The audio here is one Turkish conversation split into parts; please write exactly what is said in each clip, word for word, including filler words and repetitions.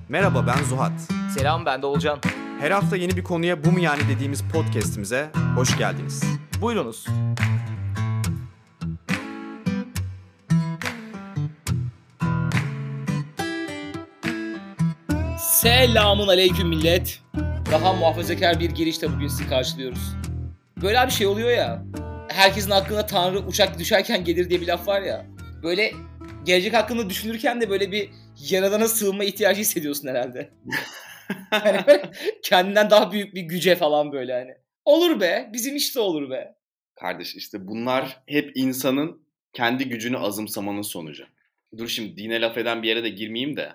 Merhaba, ben Zuhat. Selam, ben de Olcan. Her hafta yeni bir konuya bu mu yani dediğimiz podcast'imize hoş geldiniz. Buyurunuz. Selamun aleyküm millet. Daha muhafazakar bir girişle bugün sizi karşılıyoruz. Böyle bir şey oluyor ya. Herkesin aklına Tanrı uçak düşerken gelir diye bir laf var ya. Böyle gelecek hakkında düşünürken de böyle bir yaradana sığınma ihtiyacı hissediyorsun herhalde. Hani böyle kendinden daha büyük bir güce falan böyle hani. Olur be, bizim işte olur be. Kardeş işte bunlar hep insanın kendi gücünü azımsamanın sonucu. Dur şimdi dine laf eden bir yere de girmeyeyim de.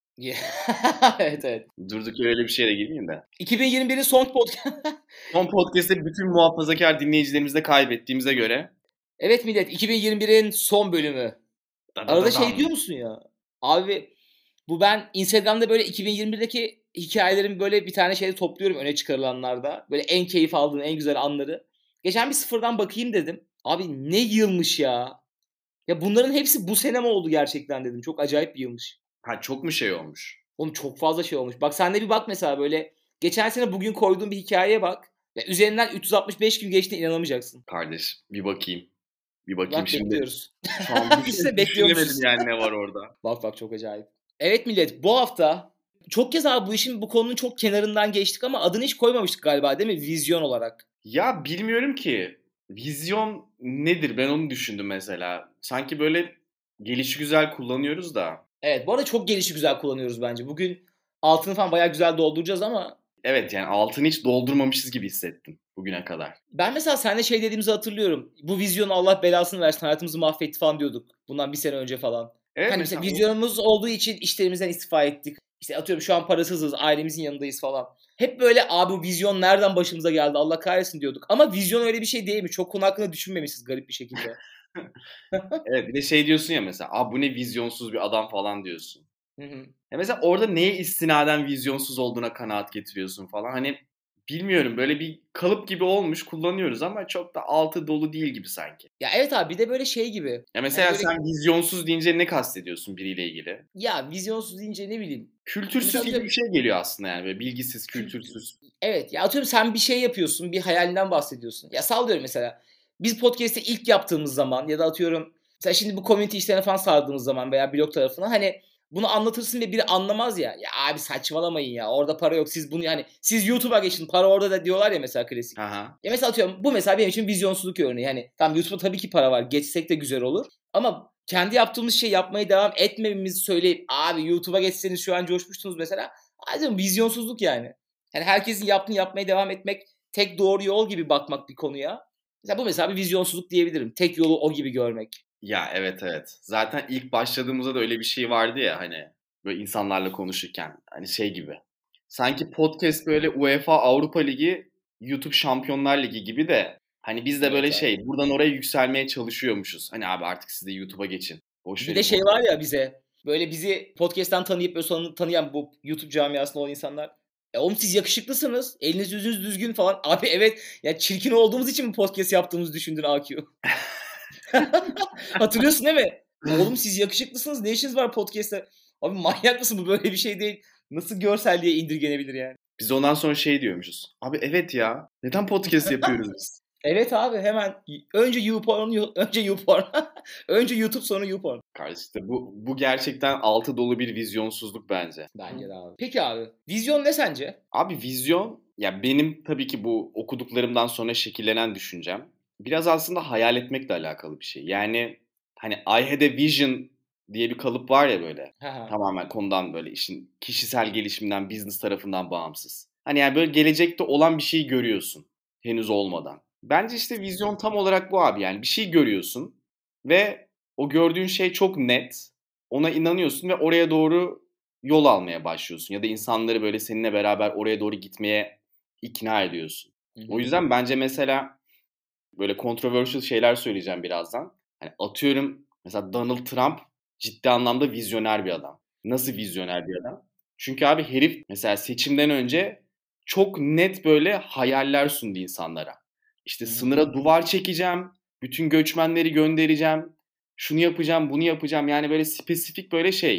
evet evet. Durduk yere öyle bir şeye de girmeyeyim de. iki bin yirmi birin son podcast. Son podcast'te bütün muhafazakar dinleyicilerimizi de kaybettiğimize göre. Evet millet, iki bin yirmi birin son bölümü. Arada şey diyor musun ya? Abi bu ben Instagram'da böyle iki bin yirmi birdeki hikayelerimi böyle bir tane şeyde topluyorum öne çıkarılanlarda. Böyle en keyif aldığım en güzel anları. Geçen bir sıfırdan bakayım dedim. Abi ne yılmış ya. Ya bunların hepsi bu sene mi oldu gerçekten dedim. Çok acayip bir yılmış. Ha çok mu şey olmuş? Oğlum çok fazla şey olmuş. Bak sen de bir bak mesela böyle. Geçen sene bugün koyduğum bir hikayeye bak. Ya üzerinden üç yüz altmış beş gün geçtiğine inanamayacaksın. Kardeş bir bakayım. Bir bakayım bak, şimdi. Bekliyoruz. Şu an Biz de düşünemedim yani ne var orada. Bak bak çok acayip. Evet millet, bu hafta çok kez abi bu işin bu konunun çok kenarından geçtik ama adını hiç koymamıştık galiba değil mi? Vizyon olarak. Ya bilmiyorum ki. Vizyon nedir? Ben onu düşündüm mesela. Sanki böyle gelişigüzel kullanıyoruz da. Evet, bu arada çok gelişigüzel kullanıyoruz bence. Bugün altını falan bayağı güzel dolduracağız ama. Evet yani altını hiç doldurmamışız gibi hissettim bugüne kadar. Ben mesela seninle şey dediğimizi hatırlıyorum. Bu vizyonu Allah belasını versin, hayatımızı mahvetti falan diyorduk. Bundan bir sene önce falan. Evet, hani mesela mesela vizyonumuz olduğu için işlerimizden istifa ettik. İşte atıyorum şu an parasızız, ailemizin yanındayız falan. Hep böyle abi bu vizyon nereden başımıza geldi Allah kahretsin diyorduk. Ama vizyon öyle bir şey değil mi? Çok konu hakkında düşünmemişiz garip bir şekilde. Evet bir de şey diyorsun ya mesela abi bu ne vizyonsuz bir adam falan diyorsun. Hı hı. Ya mesela orada neye istinaden vizyonsuz olduğuna kanaat getiriyorsun falan. Hani bilmiyorum böyle bir kalıp gibi olmuş kullanıyoruz ama çok da altı dolu değil gibi sanki. Ya evet abi bir de böyle şey gibi. Ya mesela Hani böyle, sen vizyonsuz deyince ne kastediyorsun biriyle ilgili? ya vizyonsuz deyince ne bileyim. Kültürsüz Mesela gibi atıyorum- bir şey geliyor aslında yani böyle bilgisiz, kültürsüz. Evet ya atıyorum sen bir şey yapıyorsun, bir hayalinden bahsediyorsun. Ya sallıyorum mesela. Biz podcast'i ilk yaptığımız zaman ya da atıyorum mesela şimdi bu community işlerine falan sardığımız zaman veya blog tarafına hani bunu anlatırsın ve biri anlamaz ya. Ya abi saçmalamayın ya. Orada para yok. Siz bunu yani siz YouTube'a geçin. Para orada da diyorlar ya mesela klasik. Aha. Ya mesela atıyorum bu mesela benim için vizyonsuzluk örneği. Hani tam YouTube'da tabii ki para var. Geçsek de güzel olur. Ama kendi yaptığımız şey yapmaya devam etmememizi söyleyip abi YouTube'a geçseniz şu an coşmuştunuz mesela. Ayrıca vizyonsuzluk yani. Yani herkesin yaptığını yapmaya devam etmek tek doğru yol gibi bakmak bir konuya. Mesela bu mesela bir vizyonsuzluk diyebilirim. Tek yolu o gibi görmek. Ya evet evet. Zaten ilk başladığımızda da öyle bir şey vardı ya hani böyle insanlarla konuşurken hani şey gibi. Sanki podcast böyle UEFA Avrupa Ligi, YouTube Şampiyonlar Ligi gibi de hani biz de böyle Evet abi. şey buradan oraya yükselmeye çalışıyormuşuz. Hani abi artık siz de YouTube'a geçin. Boş Bir verin de şey bu- var ya bize. Böyle bizi podcast'tan tanıyıp böyle sonra tanıyan bu YouTube camiasında olan insanlar. E oğlum siz yakışıklısınız. Eliniz yüzünüz düzgün falan. Abi evet ya çirkin olduğumuz için mi podcast yaptığımızı düşündün A Q? Hatırlıyorsun değil mi? Oğlum siz yakışıklısınız. Ne işiniz var podcast'te? Abi manyak mısın? Bu böyle bir şey değil. Nasıl görselliğe indirgenebilir yani? Biz ondan sonra şey diyormuşuz. Abi evet ya. Neden podcast yapıyoruz biz? Evet abi hemen önce YouPorn, önce YouPorn. önce YouTube sonra YouPorn. Kardeş işte bu, bu gerçekten altı dolu bir vizyonsuzluk bence. Bence de abi. Peki abi vizyon ne sence? Abi vizyon ya benim tabii ki bu okuduklarımdan sonra şekillenen düşüncem biraz aslında hayal etmekle alakalı bir şey. Yani hani I had a vision diye bir kalıp var ya böyle. Tamamen konudan böyle işin kişisel gelişimden, business tarafından bağımsız. Hani yani böyle gelecekte olan bir şeyi görüyorsun henüz olmadan. Bence işte vizyon tam olarak bu abi yani bir şey görüyorsun ve o gördüğün şey çok net. Ona inanıyorsun ve oraya doğru yol almaya başlıyorsun ya da insanları böyle seninle beraber oraya doğru gitmeye ikna ediyorsun. Hı hı. O yüzden bence mesela böyle controversial şeyler söyleyeceğim birazdan. Hani atıyorum mesela Donald Trump ciddi anlamda vizyoner bir adam. Nasıl vizyoner bir adam? Çünkü abi herif mesela seçimden önce çok net böyle hayaller sundu insanlara. İşte Hı hı. sınıra duvar çekeceğim, bütün göçmenleri göndereceğim, şunu yapacağım, bunu yapacağım. Yani böyle spesifik böyle şey.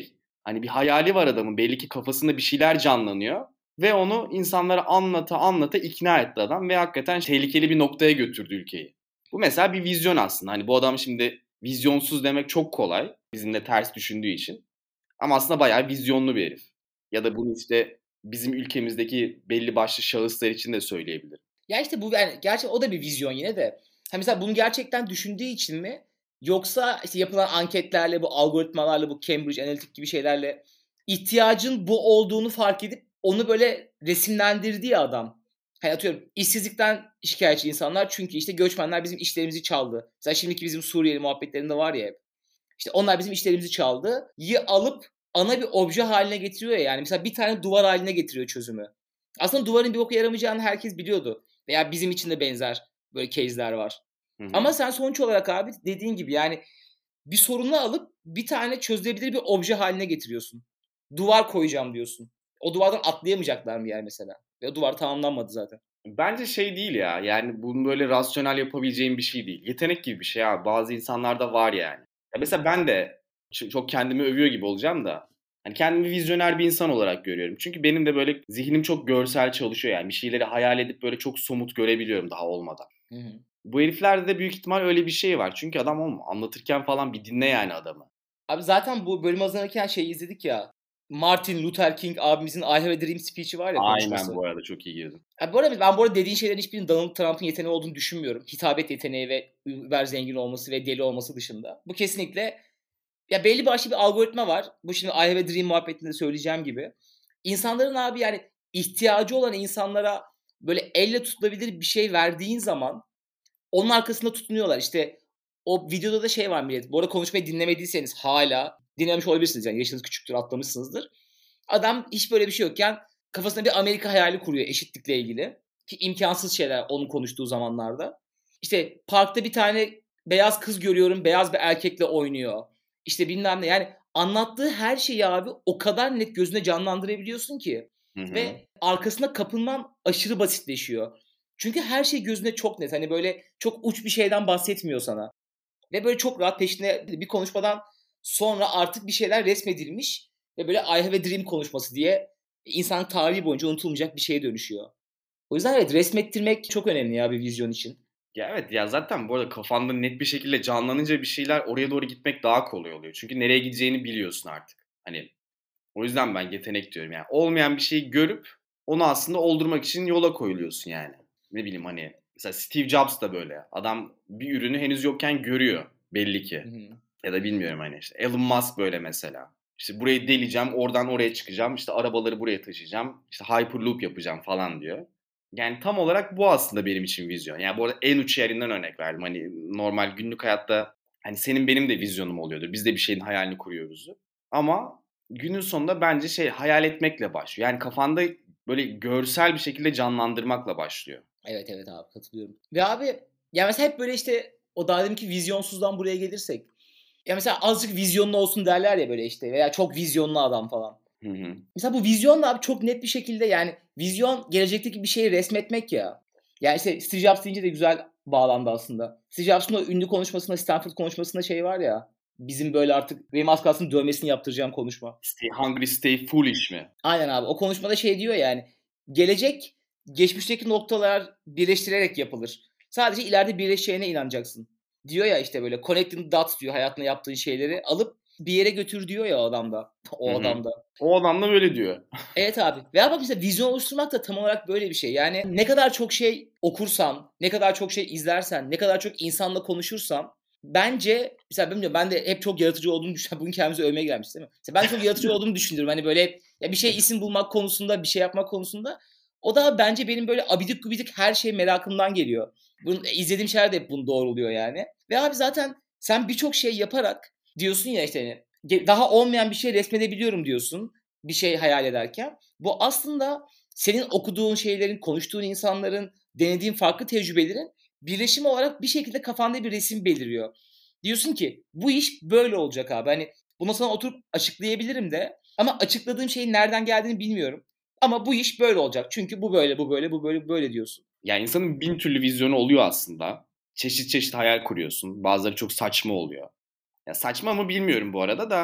Hani bir hayali var adamın. Belli ki kafasında bir şeyler canlanıyor. Ve onu insanlara anlata anlata ikna etti adam. Ve hakikaten tehlikeli bir noktaya götürdü ülkeyi. Bu mesela bir vizyon aslında. Hani bu adam şimdi vizyonsuz demek çok kolay. Bizimle ters düşündüğü için. Ama aslında bayağı vizyonlu bir herif. Ya da bunu işte bizim ülkemizdeki belli başlı şahıslar için de söyleyebilirim. Ya işte bu yani gerçi o da bir vizyon yine de. Ha mesela bunu gerçekten düşündüğü için mi? Yoksa işte yapılan anketlerle, bu algoritmalarla, bu Cambridge Analytica gibi şeylerle ihtiyacın bu olduğunu fark edip onu böyle resimlendirdiği adam. Hani atıyorum işsizlikten şikayetçi insanlar çünkü işte göçmenler bizim işlerimizi çaldı. Mesela şimdiki bizim Suriyeli muhabbetlerinde var ya hep. İşte onlar bizim işlerimizi çaldı. Yi alıp ana bir obje haline getiriyor ya yani. Mesela bir tane duvar haline getiriyor çözümü. Aslında duvarın bir boka yaramayacağını herkes biliyordu. Veya bizim için de benzer böyle case'ler var. Hı hı. Ama sen sonuç olarak abi dediğin gibi yani bir sorunu alıp bir tane çözülebilir bir obje haline getiriyorsun. Duvar koyacağım diyorsun. O duvardan atlayamayacaklar mı yani mesela? Ve o duvar tamamlanmadı zaten. Bence şey değil ya. Yani bunu böyle rasyonel yapabileceğim bir şey değil. Yetenek gibi bir şey abi. Bazı insanlarda var yani. Ya mesela ben de ç- çok kendimi övüyor gibi olacağım da. Hani kendimi vizyoner bir insan olarak görüyorum. Çünkü benim de böyle zihnim çok görsel çalışıyor yani. Bir şeyleri hayal edip böyle çok somut görebiliyorum daha olmadan. Hı hı. Bu heriflerde de büyük ihtimal öyle bir şey var. Çünkü adam oğlum anlatırken falan bir dinle yani adamı. Abi zaten bu bölüm hazırlanırken şeyi izledik ya. Martin Luther King abimizin I Have a Dream speech'i var ya Aynen, konuşması. bu arada çok iyi girdin. Abi bu arada ben bu arada dediğin şeylerin hiçbirinin Donald Trump'ın yeteneği olduğunu düşünmüyorum. Hitabet yeteneği ve über zengin olması ve deli olması dışında. Bu kesinlikle ya belli başlı bir algoritma var. Bu şimdi I Have a Dream muhabbetinde söyleyeceğim gibi. İnsanların abi yani ihtiyacı olan insanlara böyle elle tutulabilir bir şey verdiğin zaman onun arkasında tutunuyorlar. İşte o videoda da şey var millet. Bu arada konuşmayı dinlemediyseniz hala dinlemiş olabilirsiniz. Yani yaşınız küçüktür, atlamışsınızdır. Adam hiç böyle bir şey yokken kafasında bir Amerika hayali kuruyor eşitlikle ilgili. Ki imkansız şeyler onun konuştuğu zamanlarda. İşte parkta bir tane beyaz kız görüyorum. Beyaz bir erkekle oynuyor. İşte bilmem ne. Yani anlattığı her şeyi abi o kadar net gözüne canlandırabiliyorsun ki. Hı hı. Ve arkasına kapılman aşırı basitleşiyor. Çünkü her şey gözüne çok net. Hani böyle çok uç bir şeyden bahsetmiyor sana. Ve böyle çok rahat peşine bir konuşmadan sonra artık bir şeyler resmedilmiş ve böyle I Have a Dream konuşması diye insan tarihi boyunca unutulmayacak bir şeye dönüşüyor. O yüzden evet resmettirmek çok önemli ya bir vizyon için. Ya evet, ya zaten bu arada kafanda net bir şekilde canlanınca bir şeyler oraya doğru gitmek daha kolay oluyor. Çünkü nereye gideceğini biliyorsun artık. Hani o yüzden ben yetenek diyorum yani. Olmayan bir şeyi görüp onu aslında oldurmak için yola koyuluyorsun yani. Ne bileyim hani mesela Steve Jobs da böyle. Adam bir ürünü henüz yokken görüyor belli ki. Hı hı. Ya da bilmiyorum hani işte Elon Musk böyle mesela. İşte burayı deleceğim, oradan oraya çıkacağım, işte arabaları buraya taşıyacağım, işte Hyperloop yapacağım falan diyor. Yani tam olarak bu aslında benim için vizyon. Yani bu arada en uç yerinden örnek verdim. Hani normal günlük hayatta hani senin benim de vizyonum oluyordur. Biz de bir şeyin hayalini kuruyoruz. Ama günün sonunda bence şey hayal etmekle başlıyor. Yani kafanda böyle görsel bir şekilde canlandırmakla başlıyor. Evet evet abi katılıyorum. Ve abi ya mesela hep böyle işte o daha deminki vizyonsuzdan buraya gelirsek. Ya mesela azıcık vizyonlu olsun derler ya böyle işte veya çok vizyonlu adam falan. Hı hı. Mesela bu vizyonla abi çok net bir şekilde yani vizyon gelecekteki bir şeyi resmetmek ya. Yani işte Steve Jobs deyince de güzel bağlandı aslında. Steve Jobs'ın o ünlü konuşmasında, Stanford konuşmasında şey var ya. Bizim böyle artık benim az kalsın dövmesini yaptıracağım konuşma. Stay hungry, stay foolish mi? Aynen abi. O konuşmada şey diyor yani. Gelecek geçmişteki noktalar birleştirerek yapılır. Sadece ileride birleşeceğine inanacaksın. Diyor ya işte böyle connecting the dots diyor hayatında yaptığın şeyleri alıp bir yere götür diyor ya o adamda. O Hı hı. adamda. O adam da böyle diyor. Evet abi. Veya bak mesela vizyon oluşturmak da tam olarak böyle bir şey. Yani ne kadar çok şey okursan, ne kadar çok şey izlersen, ne kadar çok insanla konuşursan bence mesela bilmiyorum ben de hep çok yaratıcı olduğumu düşünüyorum. Bugün kendimizi övmeye gelmiş değil mi? Mesela ben çok yaratıcı olduğumu düşünüyorum. Hani böyle ya bir şey isim bulmak konusunda, bir şey yapmak konusunda. O da bence benim böyle abidik gubidik her şey merakımdan geliyor. Bunun, izlediğim şeyler de hep bunu doğruluyor yani. Ve abi zaten sen birçok şey yaparak diyorsun ya işte hani daha olmayan bir şey resmedebiliyorum diyorsun bir şey hayal ederken. Bu aslında senin okuduğun şeylerin, konuştuğun insanların, denediğin farklı tecrübelerin birleşimi olarak bir şekilde kafanda bir resim beliriyor. Diyorsun ki bu iş böyle olacak abi. Hani bunu sana oturup açıklayabilirim de ama açıkladığım şeyin nereden geldiğini bilmiyorum. Ama bu iş böyle olacak. Çünkü bu böyle, bu böyle, bu böyle, bu böyle diyorsun. Yani insanın bin türlü vizyonu oluyor aslında. Çeşit çeşit hayal kuruyorsun. Bazıları çok saçma oluyor. Ya saçma mı bilmiyorum bu arada da.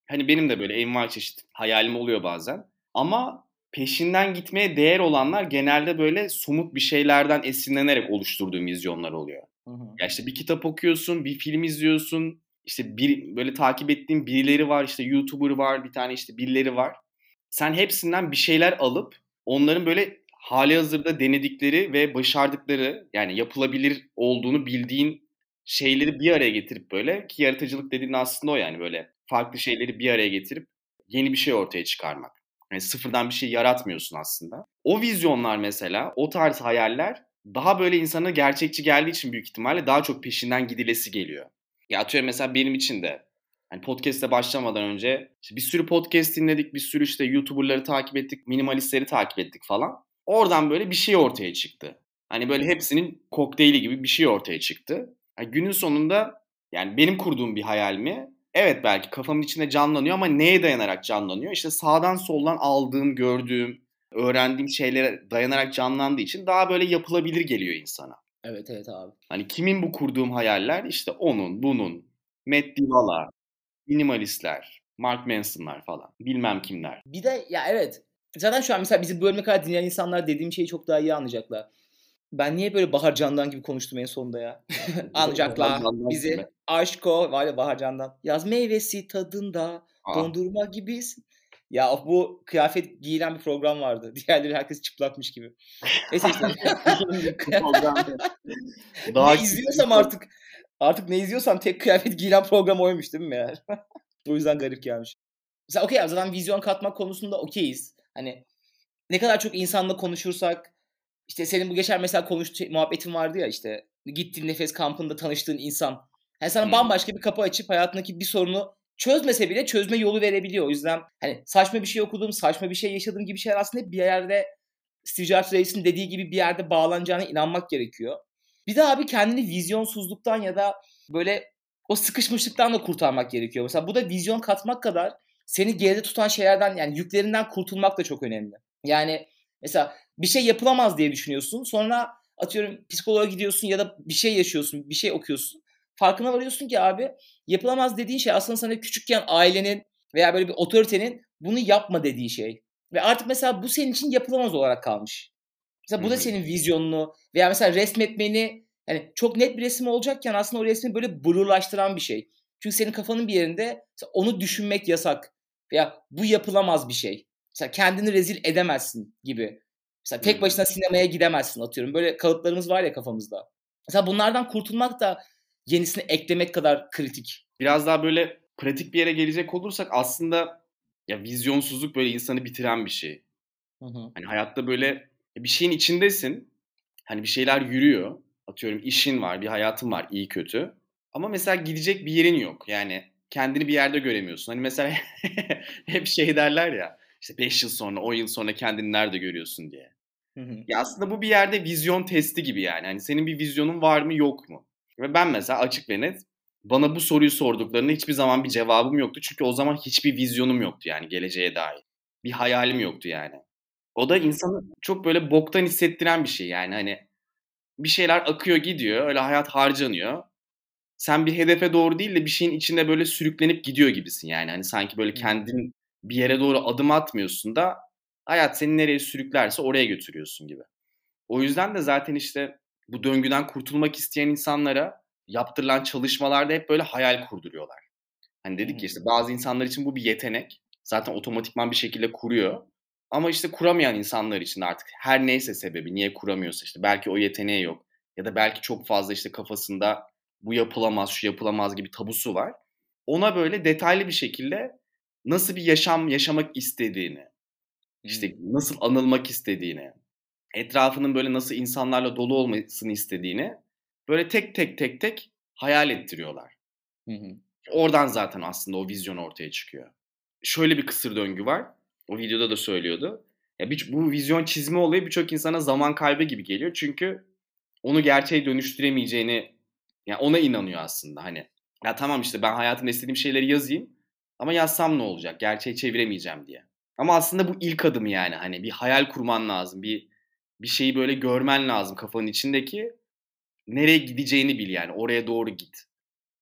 Hani benim de böyle envai çeşit hayalim oluyor bazen. Ama peşinden gitmeye değer olanlar genelde böyle somut bir şeylerden esinlenerek oluşturduğum vizyonlar oluyor. Hı hı. Ya işte bir kitap okuyorsun, bir film izliyorsun. İşte bir, böyle takip ettiğin birileri var, işte YouTuber var, bir tane işte birileri var. Sen hepsinden bir şeyler alıp onların böyle halihazırda denedikleri ve başardıkları, yani yapılabilir olduğunu bildiğin şeyleri bir araya getirip böyle, ki yaratıcılık dediğin aslında o, yani böyle farklı şeyleri bir araya getirip yeni bir şey ortaya çıkarmak. Yani sıfırdan bir şey yaratmıyorsun aslında. O vizyonlar mesela, o tarz hayaller daha böyle insana gerçekçi geldiği için büyük ihtimalle daha çok peşinden gidilesi geliyor. Ya atıyorum mesela benim için de hani podcast'e başlamadan önce işte bir sürü podcast dinledik, bir sürü işte YouTuber'ları takip ettik, minimalistleri takip ettik falan. Oradan böyle bir şey ortaya çıktı. Hani böyle hepsinin kokteyli gibi bir şey ortaya çıktı. Yani günün sonunda yani benim kurduğum bir hayal mi? Evet, belki kafamın içinde canlanıyor ama neye dayanarak canlanıyor? İşte sağdan soldan aldığım, gördüğüm, öğrendiğim şeylere dayanarak canlandığı için daha böyle yapılabilir geliyor insana. Evet evet abi. Hani kimin bu kurduğum hayaller? İşte onun, bunun, Matt Divala, minimalistler, Mark Manson'lar falan. Bilmem kimler. Bir de ya evet. Zaten şu an mesela bizi bu bölüme kadar dinleyen insanlar dediğim şeyi çok daha iyi anlayacaklar. Ben niye böyle Bahar Candan gibi konuştum en sonunda ya? Anlayacaklar. Bizi aşko var ya Bahar Candan. Yaz meyvesi tadında Aa. dondurma gibisin. Ya bu kıyafet giyilen bir program vardı. Diğerleri herkes çıplakmış gibi. Neyse işte. Daha ne izliyorsam artık artık ne izliyorsam tek kıyafet giyilen program oymuş değil mi meğer? O yüzden garip gelmiş. Mesela okey abi, zaten vizyon katmak konusunda okeyiz. Hani ne kadar çok insanla konuşursak, işte senin bu geçen mesela konuştuğu muhabbetin vardı ya, işte gittiğin nefes kampında tanıştığın insan. Yani sana Hmm. bambaşka bir kapı açıp hayatındaki bir sorunu çözmese bile çözme yolu verebiliyor. O yüzden hani saçma bir şey okudum, saçma bir şey yaşadım gibi şeyler aslında hep bir yerde Steve Jobs Reis'in dediği gibi bir yerde bağlanacağına inanmak gerekiyor. Bir de abi kendini vizyonsuzluktan ya da böyle o sıkışmışlıktan da kurtarmak gerekiyor. Mesela bu da vizyon katmak kadar seni geride tutan şeylerden, yani yüklerinden kurtulmak da çok önemli. Yani mesela bir şey yapılamaz diye düşünüyorsun. Sonra atıyorum psikoloğa gidiyorsun ya da bir şey yaşıyorsun, bir şey okuyorsun. Farkına varıyorsun ki abi yapılamaz dediğin şey aslında sana küçükken ailenin veya böyle bir otoritenin bunu yapma dediği şey. Ve artık mesela bu senin için yapılamaz olarak kalmış. Mesela bu da senin vizyonunu veya mesela resmetmeni, yani çok net bir resim olacakken aslında o resmi böyle blurlaştıran bir şey. Çünkü senin kafanın bir yerinde onu düşünmek yasak veya bu yapılamaz bir şey. Mesela kendini rezil edemezsin gibi. Mesela tek başına sinemaya gidemezsin atıyorum. Böyle kalıplarımız var ya kafamızda. Mesela bunlardan kurtulmak da yenisini eklemek kadar kritik. Biraz daha böyle pratik bir yere gelecek olursak aslında ya vizyonsuzluk böyle insanı bitiren bir şey. Hı hı. Hani hayatta böyle bir şeyin içindesin. Hani bir şeyler yürüyor. Atıyorum işin var, bir hayatın var, iyi kötü. Ama mesela gidecek bir yerin yok. Yani kendini bir yerde göremiyorsun. Hani mesela hep şey derler ya, işte beş yıl sonra, on yıl sonra kendini nerede görüyorsun diye. Hı hı. Ya aslında bu bir yerde vizyon testi gibi yani. Hani senin bir vizyonun var mı yok mu? Ve ben mesela açık ve net bana bu soruyu sorduklarında hiçbir zaman bir cevabım yoktu. Çünkü o zaman hiçbir vizyonum yoktu yani geleceğe dair. Bir hayalim yoktu yani. O da insanı çok böyle boktan hissettiren bir şey yani, hani bir şeyler akıyor gidiyor, öyle hayat harcanıyor. Sen bir hedefe doğru değil de bir şeyin içinde böyle sürüklenip gidiyor gibisin yani. Hani sanki böyle kendin bir yere doğru adım atmıyorsun da hayat seni nereye sürüklerse oraya götürüyorsun gibi. O yüzden de zaten işte bu döngüden kurtulmak isteyen insanlara yaptırılan çalışmalarda hep böyle hayal kurduruyorlar. Hani dedik ya işte bazı insanlar için bu bir yetenek. Zaten otomatikman bir şekilde kuruyor. Ama işte kuramayan insanlar için artık her neyse sebebi, niye kuramıyorsa, işte belki o yeteneği yok. Ya da belki çok fazla işte kafasında bu yapılamaz, şu yapılamaz gibi tabusu var. Ona böyle detaylı bir şekilde nasıl bir yaşam yaşamak istediğini, işte nasıl anılmak istediğini, etrafının böyle nasıl insanlarla dolu olmasını istediğini böyle tek tek tek tek hayal ettiriyorlar. Hı hı. Oradan zaten aslında o vizyon ortaya çıkıyor. Şöyle bir kısır döngü var. O videoda da söylüyordu. Ya bir, bu vizyon çizme olayı birçok insana zaman kaybı gibi geliyor. Çünkü onu gerçeğe dönüştüremeyeceğini, yani ona inanıyor aslında. Hani ya tamam işte ben hayatımda istediğim şeyleri yazayım ama yazsam ne olacak? Gerçeğe çeviremeyeceğim diye. Ama aslında bu ilk adım yani. Hani bir hayal kurman lazım. Bir bir şeyi böyle görmen lazım kafanın içindeki. Nereye gideceğini bil yani. Oraya doğru git.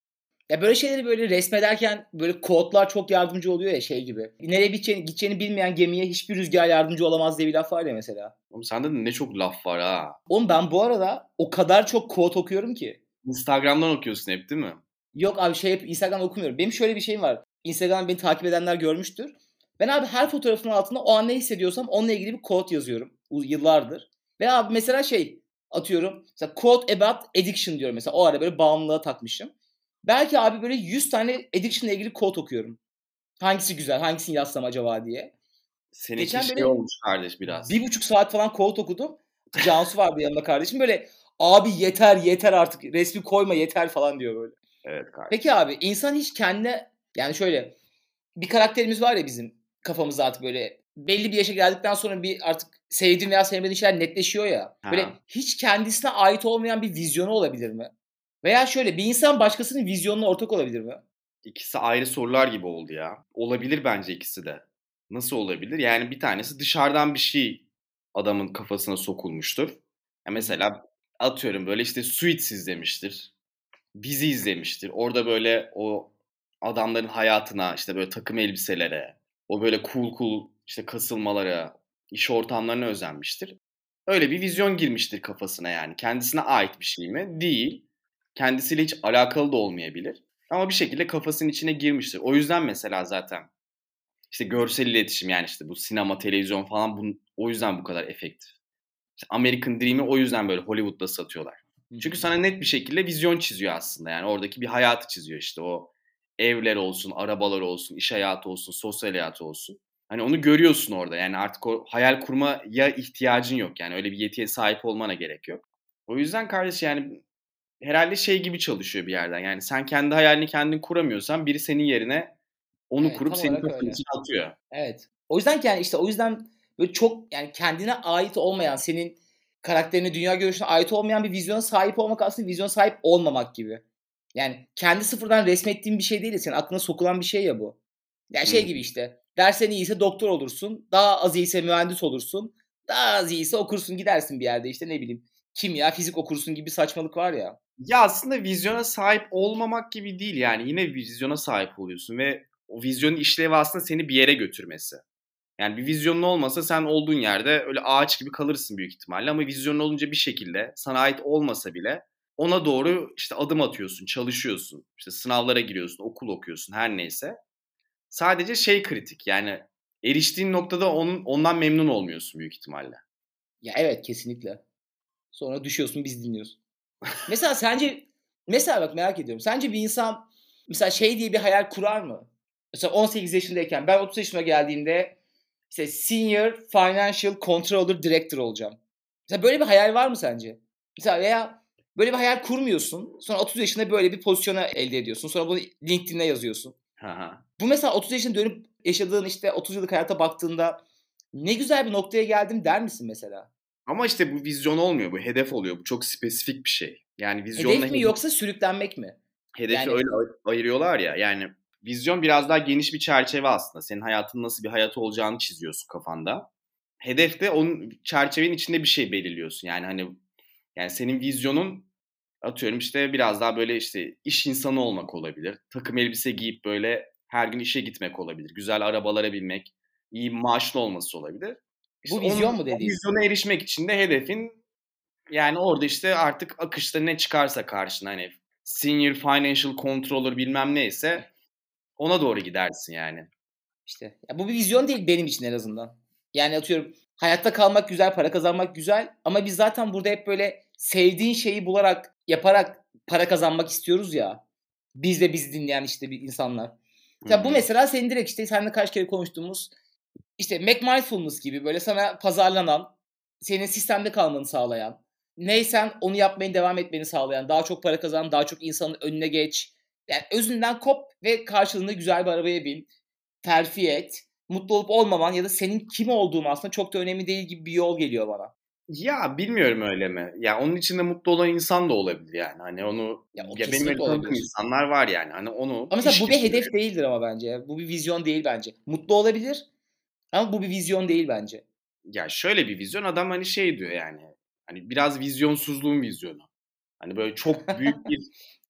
Ya böyle şeyleri böyle resmederken böyle kodlar çok yardımcı oluyor ya şey gibi. Nereye gideceğini, gideceğini bilmeyen gemiye hiçbir rüzgar yardımcı olamaz diye bir laf var ya mesela. Oğlum sende de ne çok laf var ha. Oğlum ben bu arada o kadar çok kod okuyorum ki. Instagram'dan okuyorsun hep değil mi? Yok abi şey hep Instagram'da okumuyorum. Benim şöyle bir şeyim var. Instagram'da beni takip edenler görmüştür. Ben abi her fotoğrafın altına o an ne hissediyorsam onunla ilgili bir quote yazıyorum. Yıllardır. Ve abi mesela şey atıyorum. Mesela quote about addiction diyorum mesela. O ara böyle bağımlılığa takmışım. Belki abi böyle yüz tane addiction ile ilgili quote okuyorum. Hangisi güzel, hangisini yazsam acaba diye. Seninki Geçen şey böyle olmuş kardeş biraz. bir buçuk saat falan quote okudum. Cansu vardı yanımda kardeşim. Böyle abi yeter yeter artık resmi koyma yeter falan diyor böyle. Evet kardeş. Peki abi insan hiç kendine yani şöyle bir karakterimiz var ya bizim kafamızda artık böyle belli bir yaşa geldikten sonra bir artık sevdiğin veya sevmediğin şeyler netleşiyor ya. Böyle Ha. hiç kendisine ait olmayan bir vizyonu olabilir mi? Veya şöyle bir insan başkasının vizyonuna ortak olabilir mi? İkisi ayrı sorular gibi oldu ya. Olabilir bence ikisi de. Nasıl olabilir? Yani bir tanesi dışarıdan bir şey adamın kafasına sokulmuştur. Ya mesela atıyorum böyle işte Suits izlemiştir. Dizi izlemiştir. Orada böyle o adamların hayatına, işte böyle takım elbiselere, o böyle cool cool işte kasılmalara, iş ortamlarına özenmiştir. Öyle bir vizyon girmiştir kafasına yani. Kendisine ait bir şey mi? Değil. Kendisiyle hiç alakalı da olmayabilir. Ama bir şekilde kafasının içine girmiştir. O yüzden mesela zaten işte görsel iletişim yani işte bu sinema, televizyon falan bunun, o yüzden bu kadar efektif. İşte American Dream'i o yüzden böyle Hollywood'da satıyorlar. Çünkü sana net bir şekilde vizyon çiziyor aslında. Yani oradaki bir hayatı çiziyor işte. O evler olsun, arabalar olsun, iş hayatı olsun, sosyal hayatı olsun. Hani onu görüyorsun orada. Yani artık o hayal kurmaya ihtiyacın yok. Yani öyle bir yetiye sahip olmana gerek yok. O yüzden kardeş yani herhalde şey gibi çalışıyor bir yerden. Yani sen kendi hayalini kendin kuramıyorsan biri senin yerine onu Evet, kurup tam senin olarak kafanın öyle. içine atıyor. Evet. O yüzden ki yani işte o yüzden böyle çok yani kendine ait olmayan, senin karakterine, dünya görüşüne ait olmayan bir vizyona sahip olmak aslında vizyon sahip olmamak gibi. Yani kendi sıfırdan resmettiğin bir şey değil de senin aklına sokulan bir şey ya bu. Yani Hı. şey gibi işte dersen iyiyse doktor olursun, daha az iyiyse mühendis olursun, daha az iyiyse okursun gidersin bir yerde işte ne bileyim kimya, fizik okursun gibi saçmalık var ya. Ya aslında vizyona sahip olmamak gibi değil yani yine vizyona sahip oluyorsun ve o vizyonun işlevi aslında seni bir yere götürmesi. Yani bir vizyonun olmasa sen olduğun yerde öyle ağaç gibi kalırsın büyük ihtimalle ama vizyonun olunca bir şekilde sana ait olmasa bile ona doğru işte adım atıyorsun, çalışıyorsun, işte sınavlara giriyorsun, okul okuyorsun her neyse. Sadece şey kritik yani eriştiğin noktada onun, ondan memnun olmuyorsun büyük ihtimalle. Ya evet kesinlikle. Sonra düşüyorsun biz dinliyoruz. Mesela sence mesela bak merak ediyorum. Sence bir insan mesela şey diye bir hayal kurar mı? Mesela on sekiz yaşındayken ben otuz yaşıma geldiğimde işte Senior Financial Controller Director olacağım. Mesela böyle bir hayal var mı sence? Mesela veya böyle bir hayal kurmuyorsun. Sonra otuz yaşında böyle bir pozisyona elde ediyorsun. Sonra bunu LinkedIn'e yazıyorsun. Bu mesela otuz yaşına dönüp yaşadığın işte otuz yıllık hayata baktığında ne güzel bir noktaya geldim der misin mesela? Ama işte bu vizyon olmuyor, bu hedef oluyor. Bu çok spesifik bir şey. Yani vizyonla Hedef mi hedef, yoksa sürüklenmek mi? hedefi Yani öyle ay- ayırıyorlar ya. Yani vizyon biraz daha geniş bir çerçeve aslında. Senin hayatın nasıl bir hayat olacağını çiziyorsun kafanda. Hedef de onun çerçevenin içinde bir şey belirliyorsun. Yani hani yani senin vizyonun atıyorum işte biraz daha böyle işte iş insanı olmak olabilir. Takım elbise giyip böyle her gün işe gitmek olabilir. Güzel arabalara binmek, iyi maaşlı olması olabilir. İşte bu onun vizyon mu o dediğin? vizyona erişmek için de hedefin yani orada işte artık akışta ne çıkarsa karşına hani Senior Financial Controller bilmem neyse ona doğru gidersin yani. İşte ya bu bir vizyon değil benim için en azından. Yani atıyorum hayatta kalmak güzel, para kazanmak güzel ama biz zaten burada hep böyle sevdiğin şeyi bularak, yaparak para kazanmak istiyoruz ya. Biz ve bizi dinleyen işte bir insanlar. Hı Ya bu hı. mesela senin direkt işte seninle kaç kere konuştuğumuz işte McMindfulness gibi böyle sana pazarlanan, senin sistemde kalmanı sağlayan, neysen onu yapmaya devam etmeni sağlayan, daha çok para kazan, daha çok insanın önüne geç. Yani özünden kop ve karşılığında güzel bir arabaya bin, terfi et. Mutlu olup olmaman ya da senin kim olduğun aslında çok da önemli değil gibi bir yol geliyor bana. Ya bilmiyorum öyle mi? Ya onun içinde mutlu olan insan da olabilir yani. Hani onu Ya o ya benim öyle kesinlikle tanıdığım olabilir. insanlar var yani. Hani onu Ama mesela iş bu gibi bir hedef görüyor. değildir ama bence. Bu bir vizyon değil bence. Mutlu olabilir ama bu bir vizyon değil bence. Ya şöyle bir vizyon adam hani şey diyor yani. Hani biraz vizyonsuzluğun vizyonu. Hani böyle çok büyük bir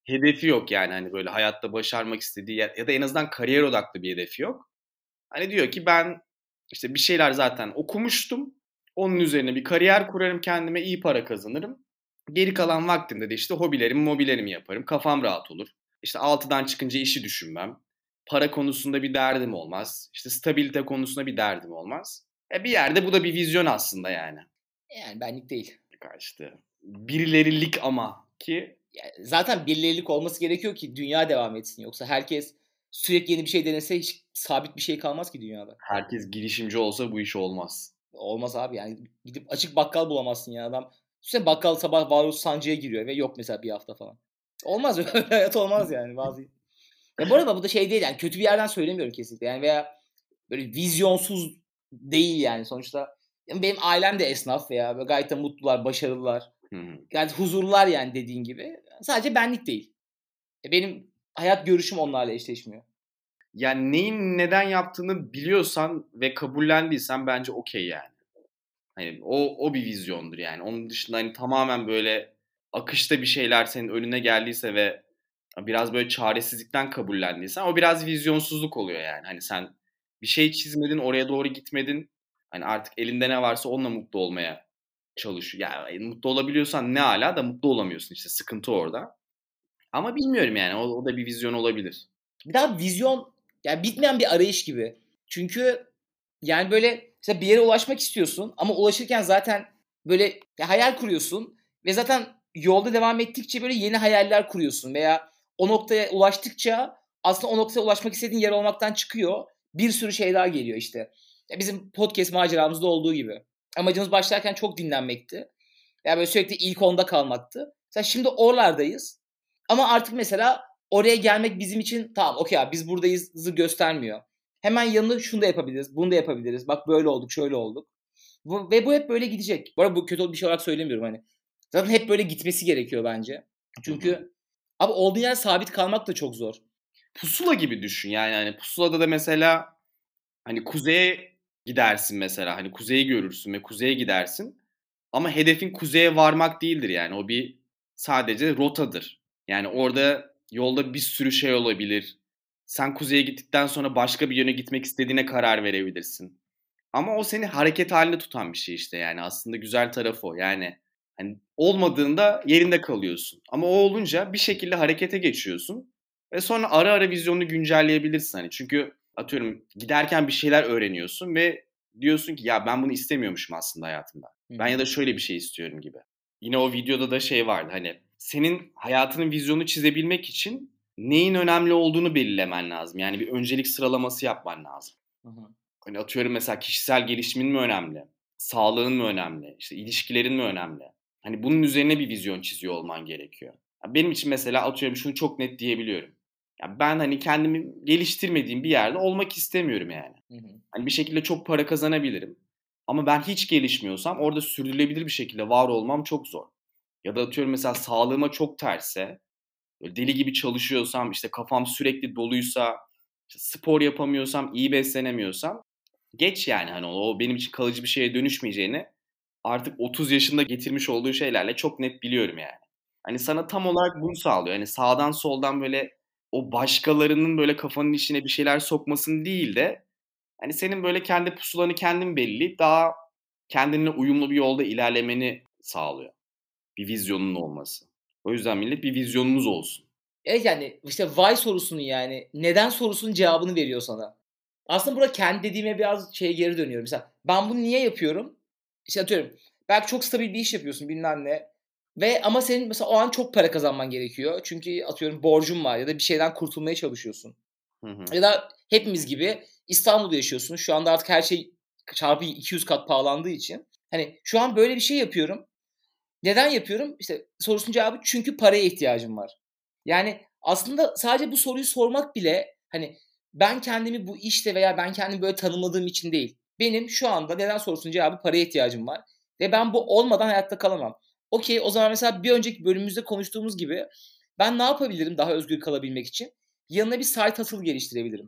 hedefi yok yani hani böyle hayatta başarmak istediği ya, ya da en azından kariyer odaklı bir hedefi yok. Hani diyor ki ben işte bir şeyler zaten okumuştum. Onun üzerine bir kariyer kurarım kendime, iyi para kazanırım. Geri kalan vaktimde de işte hobilerimi, mobilerimi yaparım. Kafam rahat olur. İşte altıdan çıkınca işi düşünmem. Para konusunda bir derdim olmaz. İşte stabilite konusunda bir derdim olmaz. E bir yerde bu da bir vizyon aslında yani. Yani benlik değil. İşte birilerilik ama ki Yani zaten birilerilik olması gerekiyor ki dünya devam etsin. Yoksa herkes sürekli yeni bir şey denese hiç sabit bir şey kalmaz ki dünyada. herkes girişimci olsa bu iş olmaz. Olmaz abi yani gidip açık bakkal bulamazsın ya adam. Düşünsene bakkal sabah varoluş sancıya giriyor ve yok mesela bir hafta falan. Olmaz öyle hayat olmaz yani bazı. Ya bu arada bu da şey değil yani kötü bir yerden söylemiyorum kesinlikle yani veya böyle vizyonsuz değil yani sonuçta. Yani benim ailem de esnaf veya böyle gayet de mutlular, başarılılar. Hı hı. Gayet huzurlular yani dediğin gibi. Sadece benlik değil. E benim hayat görüşüm onlarla eşleşmiyor. Yani neyin neden yaptığını biliyorsan ve kabullendiysen bence okey yani. Hani o o bir vizyondur yani. Onun dışında hani tamamen böyle akışta bir şeyler senin önüne geldiyse ve biraz böyle çaresizlikten kabullendiysen o biraz vizyonsuzluk oluyor yani. Hani sen bir şey çizmedin, oraya doğru gitmedin. Hani artık elinde ne varsa onunla mutlu olmaya çalışıyor. Yani mutlu olabiliyorsan ne ala da mutlu olamıyorsun işte sıkıntı orada. Ama bilmiyorum yani o, o da bir vizyon olabilir. Bir daha vizyon yani bitmeyen bir arayış gibi. Çünkü yani böyle işte bir yere ulaşmak istiyorsun ama ulaşırken zaten böyle ya hayal kuruyorsun ve zaten yolda devam ettikçe böyle yeni hayaller kuruyorsun veya o noktaya ulaştıkça aslında o noktaya ulaşmak istediğin yer olmaktan çıkıyor. Bir sürü şey daha geliyor işte. Ya bizim podcast maceramızda olduğu gibi. Amacımız başlarken çok dinlenmekti. Yani böyle sürekli ilk onda kalmaktı. Mesela şimdi oralardayız. Ama artık mesela oraya gelmek bizim için tamam okey abi biz buradayız'ı göstermiyor. Hemen yanına şunu da yapabiliriz, bunu da yapabiliriz. Bak böyle olduk, şöyle olduk. Bu, ve bu hep böyle gidecek. Bu arada bu kötü bir şey olarak söylemiyorum hani. Zaten hep böyle gitmesi gerekiyor bence. Hı hı. Çünkü abi olduğun yer sabit kalmak da çok zor. Pusula gibi düşün yani hani pusulada da mesela hani kuzeye gidersin mesela hani kuzeyi görürsün ve kuzeye gidersin ama hedefin kuzeye varmak değildir yani o bir sadece rotadır. Yani orada yolda bir sürü şey olabilir. Sen kuzeye gittikten sonra başka bir yöne gitmek istediğine karar verebilirsin. Ama o seni hareket halinde tutan bir şey işte yani aslında güzel tarafı o. Yani hani olmadığında yerinde kalıyorsun. Ama o olunca bir şekilde harekete geçiyorsun ve sonra ara ara vizyonunu güncelleyebilirsin hani. Çünkü atıyorum giderken bir şeyler öğreniyorsun ve diyorsun ki ya ben bunu istemiyormuşum aslında hayatımda. Ben ya da şöyle bir şey istiyorum gibi. Yine o videoda da şey vardı hani senin hayatının vizyonu çizebilmek için neyin önemli olduğunu belirlemen lazım. Yani bir öncelik sıralaması yapman lazım. Hı hı. Hani atıyorum mesela kişisel gelişimin mi önemli? Sağlığın mı önemli? İşte ilişkilerin mi önemli? Hani bunun üzerine bir vizyon çiziyor olman gerekiyor. Ya benim için mesela atıyorum şunu çok net diyebiliyorum. Ya ben hani kendimi geliştirmediğim bir yerde olmak istemiyorum yani. Hı hı. Hani bir şekilde çok para kazanabilirim. Ama ben hiç gelişmiyorsam orada sürdürülebilir bir şekilde var olmam çok zor. Ya da atıyorum mesela sağlığıma çok terse, böyle deli gibi çalışıyorsam, işte kafam sürekli doluysa, işte spor yapamıyorsam, iyi beslenemiyorsam geç yani hani o benim için kalıcı bir şeye dönüşmeyeceğini artık otuz yaşında getirmiş olduğu şeylerle çok net biliyorum yani. Hani sana tam olarak bunu sağlıyor. Hani sağdan soldan böyle o başkalarının böyle kafanın içine bir şeyler sokmasını değil de hani senin böyle kendi pusulanı kendin belirleyip daha kendinle uyumlu bir yolda ilerlemeni sağlıyor. Bir vizyonun olması. O yüzden millet bir vizyonunuz olsun. Evet yani işte why sorusunun yani neden sorusunun cevabını veriyor sana. Aslında burada kendi dediğime biraz şeye geri dönüyorum. Mesela ben bunu niye yapıyorum? İşte atıyorum belki çok stabil bir iş yapıyorsun bilmem ne. Ve ama senin mesela o an çok para kazanman gerekiyor. Çünkü atıyorum borcun var ya da bir şeyden kurtulmaya çalışıyorsun. Hı hı. Ya da hepimiz gibi İstanbul'da yaşıyorsun. Şu anda artık her şey çarpı iki yüz kat pahalandığı için. Hani şu an böyle bir şey yapıyorum. Neden yapıyorum? İşte sorusunun cevabı çünkü paraya ihtiyacım var. Yani aslında sadece bu soruyu sormak bile hani ben kendimi bu işte veya ben kendimi böyle tanımladığım için değil. Benim şu anda neden sorusunun cevabı paraya ihtiyacım var. Ve ben bu olmadan hayatta kalamam. Okey o zaman mesela bir önceki bölümümüzde konuştuğumuz gibi ben ne yapabilirim daha özgür kalabilmek için? Yanına bir side hustle geliştirebilirim.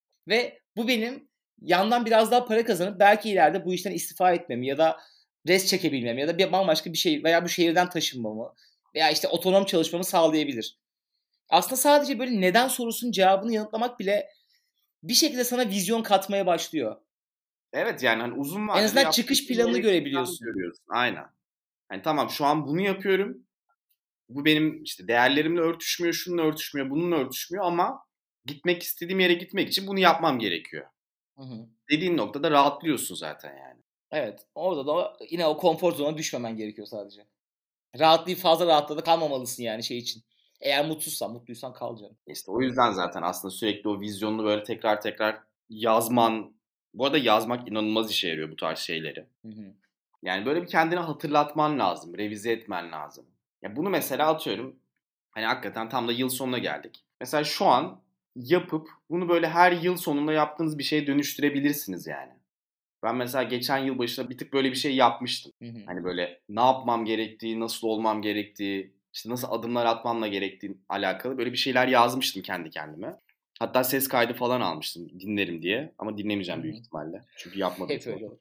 Ve bu benim yandan biraz daha para kazanıp belki ileride bu işten istifa etmemi ya da rest çekebilmemi ya da bir bambaşka bir şey veya bu şehirden taşınmamı veya işte otonom çalışmamı sağlayabilir. Aslında sadece böyle neden sorusunun cevabını yanıtlamak bile bir şekilde sana vizyon katmaya başlıyor. Evet yani hani uzun En vadede azından yaptığın çıkış şeyin planını gerektiğini görebiliyorsun. görüyorsun. Aynen. Hani tamam şu an bunu yapıyorum. Bu benim işte değerlerimle örtüşmüyor, şununla örtüşmüyor, bununla örtüşmüyor ama gitmek istediğim yere gitmek için bunu yapmam gerekiyor. Hı hı. Dediğin noktada rahatlıyorsun zaten yani. Evet. Orada da yine o konfor zonuna düşmemen gerekiyor sadece. Rahatlayıp fazla rahatladı kalmamalısın yani şey için. Eğer mutsuzsan, mutluysan kal canım. İşte o yüzden zaten aslında sürekli o vizyonunu böyle tekrar tekrar yazman. Bu arada yazmak inanılmaz işe yarıyor bu tarz şeyleri. Hı hı. Yani böyle bir kendine hatırlatman lazım, revize etmen lazım. Ya bunu mesela atıyorum. Hani hakikaten tam da yıl sonuna geldik. Mesela şu an yapıp bunu böyle her yıl sonunda yaptığınız bir şeye dönüştürebilirsiniz yani. Ben mesela geçen yıl başında bir tık böyle bir şey yapmıştım. Hı hı. Hani böyle ne yapmam gerektiği, nasıl olmam gerektiği, işte nasıl adımlar atmamla gerektiği alakalı böyle bir şeyler yazmıştım kendi kendime. Hatta ses kaydı falan almıştım dinlerim diye. Ama dinlemeyeceğim Hı büyük hı. ihtimalle. Çünkü yapmadım Hep sonra. öyle olur.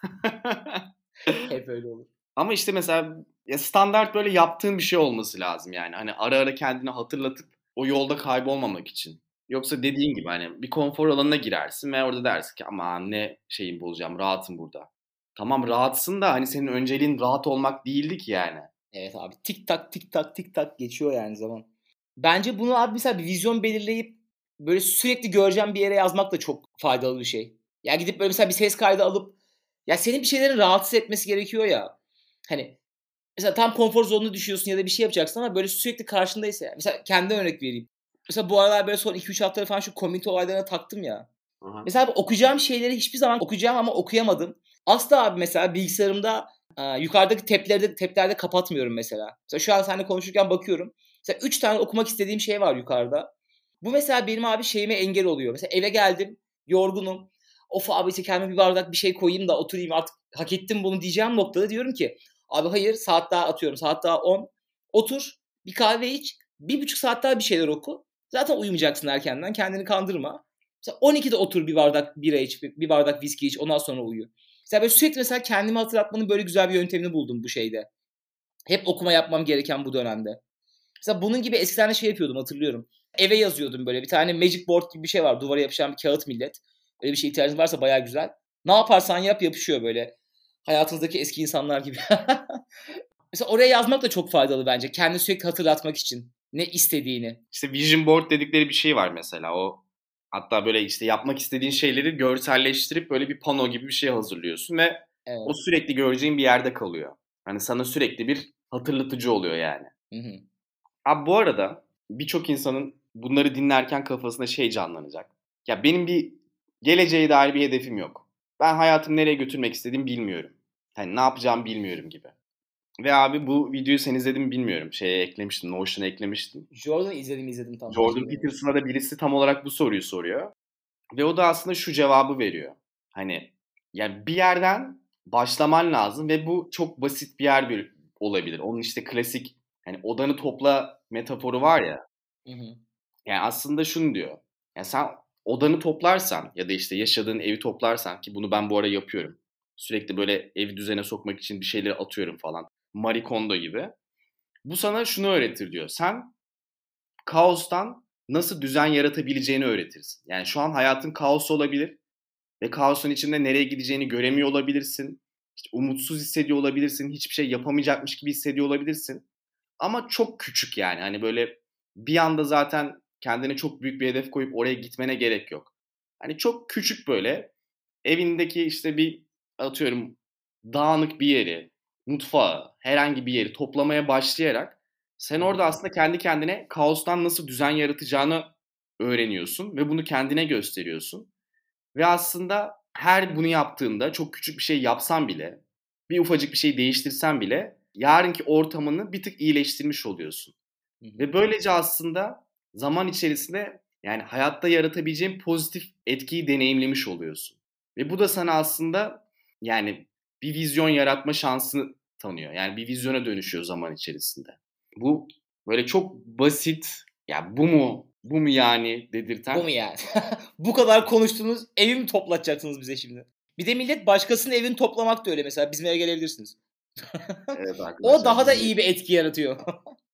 Hep öyle olur. Ama işte mesela ya standart böyle yaptığın bir şey olması lazım yani. Hani ara ara kendini hatırlatıp o yolda kaybolmamak için. Yoksa dediğin gibi hani bir konfor alanına girersin ve orada dersin ki aman ne şeyim bulacağım, rahatım burada. Tamam rahatsın da hani senin önceliğin rahat olmak değildi ki yani. Evet abi. Tik tak tik tak tik tak geçiyor yani zaman. Bence bunu abi mesela bir vizyon belirleyip böyle sürekli göreceğim bir yere yazmak da çok faydalı bir şey. Ya gidip böyle mesela bir ses kaydı alıp ya senin bir şeylerin rahatsız etmesi gerekiyor ya. Hani mesela tam konfor zonuna düşüyorsun ya da bir şey yapacaksın ama böyle sürekli karşındaysa ya. Mesela kendi örnek vereyim. Mesela bu aralar böyle son iki üç hafta falan şu komünite olaylarına taktım ya. Aha. Mesela abi okuyacağım şeyleri hiçbir zaman okuyacağım ama okuyamadım. Asla abi mesela bilgisayarımda e, yukarıdaki tab'lerde, tab'lerde kapatmıyorum mesela. Mesela şu an seninle konuşurken bakıyorum. Mesela üç tane okumak istediğim şey var yukarıda. Bu mesela benim abi şeyime engel oluyor. Mesela eve geldim, yorgunum. Of abi işte kendime bir bardak bir şey koyayım da oturayım artık hak ettim bunu diyeceğim noktada diyorum ki abi hayır saat daha atıyorum saat daha on. Otur bir kahve iç bir buçuk saat daha bir şeyler oku. Zaten uyumayacaksın erkenden kendini kandırma. Mesela on ikide otur bir bardak bira iç, bir bardak viski iç ondan sonra uyu. Mesela böyle sürekli mesela kendimi hatırlatmanın böyle güzel bir yöntemini buldum bu şeyde. Hep okuma yapmam gereken bu dönemde. Mesela bunun gibi eskiden de şey yapıyordum hatırlıyorum. Eve yazıyordum böyle bir tane magic board gibi bir şey var. Duvara yapışan bir kağıt millet. Öyle bir şeye ihtiyacın varsa bayağı güzel. Ne yaparsan yap yapışıyor böyle. Hayatınızdaki eski insanlar gibi. Mesela oraya yazmak da çok faydalı bence. Kendini sürekli hatırlatmak için. Ne istediğini. İşte vision board dedikleri bir şey var mesela. O hatta böyle işte yapmak istediğin şeyleri görselleştirip böyle bir pano gibi bir şey hazırlıyorsun ve o Evet. sürekli göreceğin bir yerde kalıyor. Hani sana sürekli bir hatırlatıcı oluyor yani. Hı hı. Abi bu arada birçok insanın bunları dinlerken kafasında şey canlanacak. Ya benim bir geleceğe dair bir hedefim yok. Ben hayatımı nereye götürmek istediğimi bilmiyorum. Hani ne yapacağımı bilmiyorum gibi. Ve abi bu videoyu sen izledin mi bilmiyorum. Şeye eklemiştim, Notion'a eklemiştim. Jordan'ı izledim izledim tam her Jordan şeyden önce. Peterson'a da birisi tam olarak bu soruyu soruyor. Ve o da aslında şu cevabı veriyor. Hani yani bir yerden başlaman lazım ve bu çok basit bir yer bir, olabilir. Onun işte klasik hani odanı topla metaforu var ya. Hı hı. Yani aslında şunu diyor. Yani sen odanı toplarsan ya da işte yaşadığın evi toplarsan ki bunu ben bu ara yapıyorum. Sürekli böyle evi düzene sokmak için bir şeyleri atıyorum falan. Marie Kondo gibi. Bu sana şunu öğretir diyor. Sen kaostan nasıl düzen yaratabileceğini öğretirsin. Yani şu an hayatın kaos olabilir ve kaosun içinde nereye gideceğini göremiyor olabilirsin. İşte umutsuz hissediyor olabilirsin. Hiçbir şey yapamayacakmış gibi hissediyor olabilirsin. Ama çok küçük yani. Hani böyle bir anda zaten kendine çok büyük bir hedef koyup oraya gitmene gerek yok. Hani çok küçük böyle evindeki işte bir atıyorum dağınık bir yeri, mutfağı, herhangi bir yeri toplamaya başlayarak sen Hı hı. orada aslında kendi kendine kaostan nasıl düzen yaratacağını öğreniyorsun ve bunu kendine gösteriyorsun. Ve aslında her bunu yaptığında çok küçük bir şey yapsan bile, bir ufacık bir şey değiştirsen bile yarınki ortamını bir tık iyileştirmiş oluyorsun. Hı hı. Ve böylece aslında zaman içerisinde yani hayatta yaratabileceğin pozitif etkiyi deneyimlemiş oluyorsun. Ve bu da sana aslında yani bir vizyon yaratma şansını tanıyor. Yani bir vizyona dönüşüyor zaman içerisinde. Bu böyle çok basit, ya bu mu, bu mu yani Bu mu dedirten. yani? Bu kadar konuştunuz evi mi toplatacaksınız bize şimdi? Bir de millet başkasının evini toplamak da öyle mesela. Bizim eve gelebilirsiniz. Evet O arkadaşlar daha da bizi iyi bir etki yaratıyor.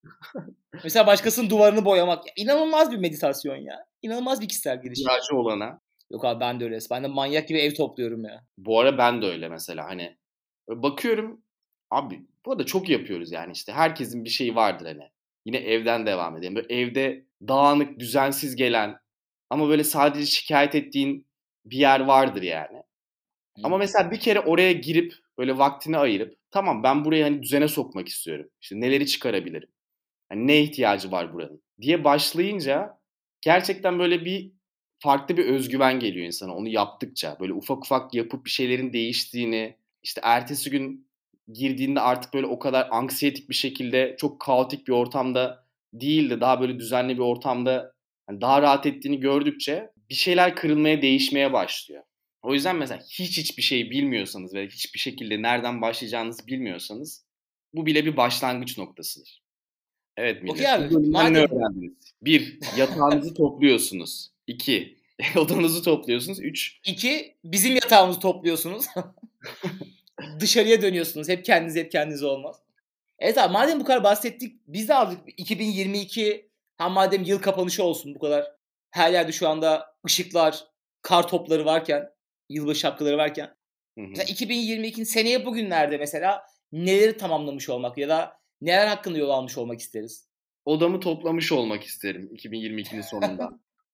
Mesela başkasının duvarını boyamak. Ya, inanılmaz bir meditasyon ya. İnanılmaz bir kişisel gelişim. İhtiyacı olana. Yok abi ben de öyle. Ben de manyak gibi ev topluyorum ya. Bu ara ben de öyle mesela. Hani bakıyorum abi bu arada çok yapıyoruz yani işte. Herkesin bir şeyi vardır hani. Yine evden devam edelim. Böyle evde dağınık, düzensiz gelen ama böyle sadece şikayet ettiğin bir yer vardır yani. Ama mesela bir kere oraya girip böyle vaktini ayırıp tamam ben burayı hani düzene sokmak istiyorum. İşte neleri çıkarabilirim? Hani ne ihtiyacı var buranın diye başlayınca gerçekten böyle bir farklı bir özgüven geliyor insana onu yaptıkça. Böyle ufak ufak yapıp bir şeylerin değiştiğini, işte ertesi gün girdiğinde artık böyle o kadar anksiyetik bir şekilde çok kaotik bir ortamda değil de daha böyle düzenli bir ortamda hani daha rahat ettiğini gördükçe bir şeyler kırılmaya, değişmeye başlıyor. O yüzden mesela hiç hiçbir şey bilmiyorsanız ve hiçbir şekilde nereden başlayacağınızı bilmiyorsanız bu bile bir başlangıç noktasıdır. Evet millet. Okey abi. Bu bölümden ne Madem öğrendiniz? Bir, yatağınızı topluyorsunuz. İki, odanızı topluyorsunuz. Üç, iki, bizim yatağımızı topluyorsunuz. Dışarıya dönüyorsunuz. Hep kendiniz hep kendiniz olmaz. Evet abi madem bu kadar bahsettik. Biz de aldık iki bin yirmi iki hem madem yıl kapanışı olsun bu kadar. Her yerde şu anda ışıklar, kar topları varken, yılbaşı şapkaları varken. Hı hı. Mesela iki bin yirmi ikinin seneye bugünlerde mesela neleri tamamlamış olmak ya da neler hakkında yol almış olmak isteriz? Odamı toplamış olmak isterim iki bin yirmi ikinin sonunda.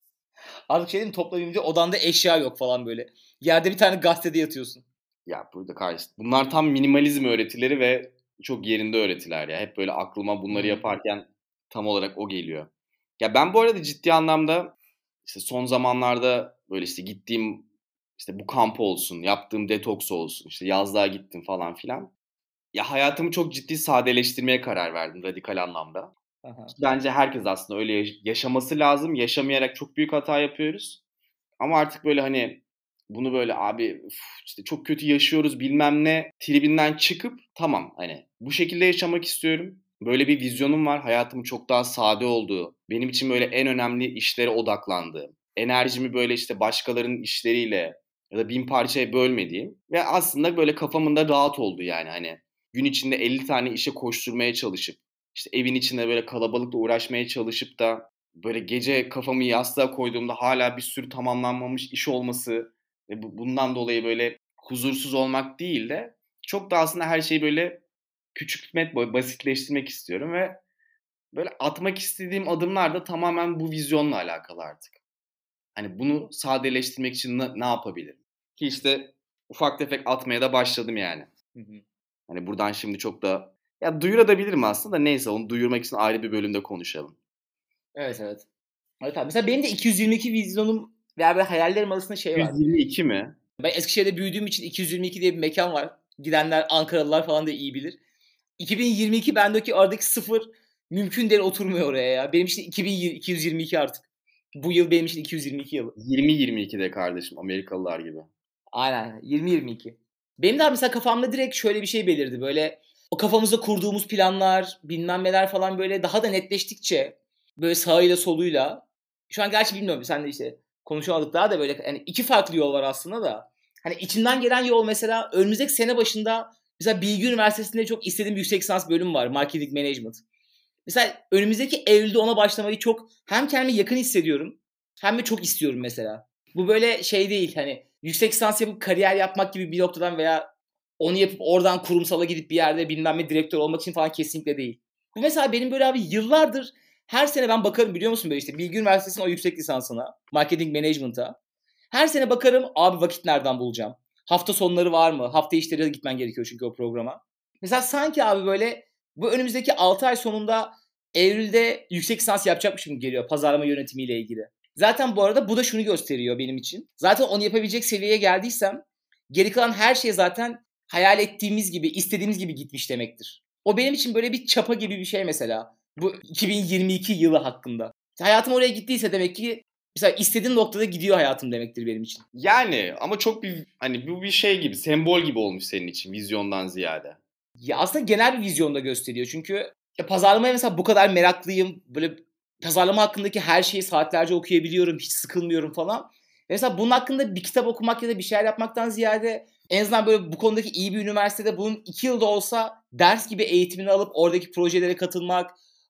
Artık şey diyeyim mi, toplamayınca odanda eşya yok falan böyle. Yerde bir tane gazetede yatıyorsun. Ya burada karşı. Bunlar tam minimalizm öğretileri ve çok yerinde öğretiler ya. Hep böyle aklıma bunları Hmm. yaparken tam olarak o geliyor. Ya ben bu arada ciddi anlamda işte son zamanlarda böyle işte gittiğim işte bu kamp olsun, yaptığım detoks olsun, işte yazlığa gittim falan filan. Ya hayatımı çok ciddi sadeleştirmeye karar verdim radikal anlamda. Aha. Bence herkes aslında öyle yaş- yaşaması lazım. Yaşamayarak çok büyük hata yapıyoruz. Ama artık böyle hani bunu böyle abi uf, işte çok kötü yaşıyoruz bilmem ne tribinden çıkıp tamam hani bu şekilde yaşamak istiyorum. Böyle bir vizyonum var. Hayatımın çok daha sade olduğu, benim için böyle en önemli işlere odaklandığım, enerjimi böyle işte başkalarının işleriyle ya da bin parçaya bölmediğim ve aslında böyle kafamın da rahat olduğu yani hani gün içinde elli tane işe koşturmaya çalışıp işte evin içinde böyle kalabalıkla uğraşmaya çalışıp da böyle gece kafamı yastığa koyduğumda hala bir sürü tamamlanmamış iş olması ve bu, bundan dolayı böyle huzursuz olmak değil de çok da aslında her şeyi böyle küçültmek, basitleştirmek istiyorum ve böyle atmak istediğim adımlar da tamamen bu vizyonla alakalı artık. Hani bunu sadeleştirmek için ne, ne yapabilirim? Ki işte ufak tefek atmaya da başladım yani. Hı hı. Hani buradan şimdi çok da ya duyurabilirim aslında da neyse onu duyurmak için ayrı bir bölümde konuşalım. Evet evet. Evet abi. Mesela benim de iki yüz yirmi iki vizyonum veya böyle hayallerim arasında şey var. yüz yirmi iki mi? Ben Eskişehir'de büyüdüğüm için iki yüz yirmi iki diye bir mekan var. Gidenler Ankaralılar falan da iyi bilir. iki bin yirmi iki bendeki aradaki sıfır mümkün değil oturmuyor oraya ya. Benim için iki bin iki yüz yirmi iki artık. Bu yıl benim için iki yüz yirmi iki yılı. yirmi yirmi ikide kardeşim Amerikalılar gibi. Aynen yirmi yirmi iki. Benim de mesela kafamda direkt şöyle bir şey belirdi. Böyle o kafamızda kurduğumuz planlar, bilmem neler falan böyle daha da netleştikçe böyle sağıyla soluyla şu an gerçi bilmiyorum sen de işte konuşamadık daha da böyle hani iki farklı yol var aslında da. Hani içimden gelen yol mesela önümüzdeki sene başında mesela Bilgi Üniversitesi'nde çok istediğim bir yüksek lisans bölümü var. Marketing Management. Mesela önümüzdeki Eylül'de ona başlamayı çok hem kendime yakın hissediyorum hem de çok istiyorum mesela. Bu böyle şey değil hani yüksek lisans yapıp kariyer yapmak gibi bir noktadan veya onu yapıp oradan kurumsala gidip bir yerde bilmem ne direktör olmak için falan kesinlikle değil. Bu mesela benim böyle abi yıllardır her sene ben bakarım biliyor musun böyle işte Bilgi Üniversitesi'nin o yüksek lisansına, Marketing Management'a. Her sene bakarım abi vakit nereden bulacağım? Hafta sonları var mı? Hafta içleri gitmen gerekiyor çünkü o programa. Mesela sanki abi böyle bu önümüzdeki altı ay sonunda Eylül'de yüksek lisans yapacakmışım gibi geliyor pazarlama yönetimiyle ilgili. Zaten bu arada bu da şunu gösteriyor benim için. Zaten onu yapabilecek seviyeye geldiysem geri kalan her şey zaten hayal ettiğimiz gibi, istediğimiz gibi gitmiş demektir. O benim için böyle bir çapa gibi bir şey mesela. Bu iki bin yirmi iki yılı hakkında. Hayatım oraya gittiyse demek ki mesela istediğim noktada gidiyor hayatım demektir benim için. Yani ama çok bir hani bu bir şey gibi, sembol gibi olmuş senin için vizyondan ziyade. Ya aslında genel bir vizyonda gösteriyor. Çünkü ya pazarlamaya mesela bu kadar meraklıyım. Böyle pazarlama hakkındaki her şeyi saatlerce okuyabiliyorum. Hiç sıkılmıyorum falan. Mesela bunun hakkında bir kitap okumak ya da bir şeyler yapmaktan ziyade en azından böyle bu konudaki iyi bir üniversitede bunun iki yılda olsa ders gibi eğitimini alıp oradaki projelere katılmak,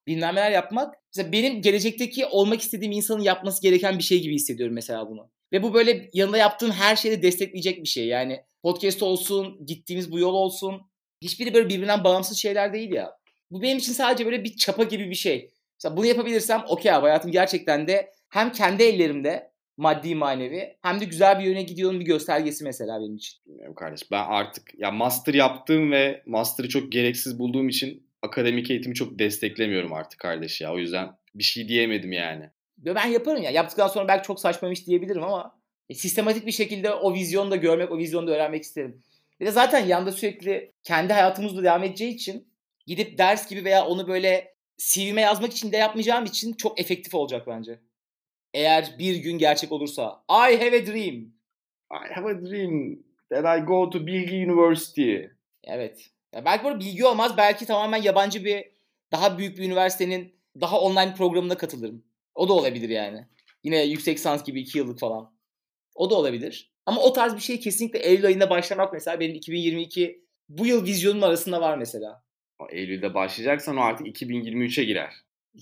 bilmem neler yapmak. Mesela benim gelecekteki olmak istediğim insanın yapması gereken bir şey gibi hissediyorum mesela bunu. Ve bu böyle yanında yaptığım her şeyi destekleyecek bir şey. Yani podcast olsun, gittiğimiz bu yol olsun. Hiçbiri böyle birbirinden bağımsız şeyler değil ya. Bu benim için sadece böyle bir çapa gibi bir şey. Mesela bunu yapabilirsem okey abi, hayatım gerçekten de hem kendi ellerimde maddi manevi hem de güzel bir yöne gidiyorum bir göstergesi mesela benim için. Bilmiyorum kardeş, ben artık ya master yaptığım ve master'ı çok gereksiz bulduğum için akademik eğitimi çok desteklemiyorum artık kardeş ya. O yüzden bir şey diyemedim yani. Ve ben yaparım ya. Yaptıktan sonra belki çok saçmamış diyebilirim ama e, sistematik bir şekilde o vizyonu da görmek, o vizyonu da öğrenmek isterim. Bir de zaten yanda sürekli kendi hayatımızda devam edeceği için gidip ders gibi veya onu böyle C V'me yazmak için de yapmayacağım için çok efektif olacak bence. Eğer bir gün gerçek olursa. I have a dream. I have a dream that I go to Bilgi University. Evet. Ya belki burada bilgi olmaz. Belki tamamen yabancı bir, daha büyük bir üniversitenin daha online programına katılırım. O da olabilir yani. Yine yüksek lisans gibi iki yıllık falan. O da olabilir. Ama o tarz bir şey kesinlikle Eylül ayında başlamak mesela benim iki bin yirmi iki bu yıl vizyonum arasında var mesela. O Eylül'de başlayacaksan o artık iki bin yirmi üçe girer.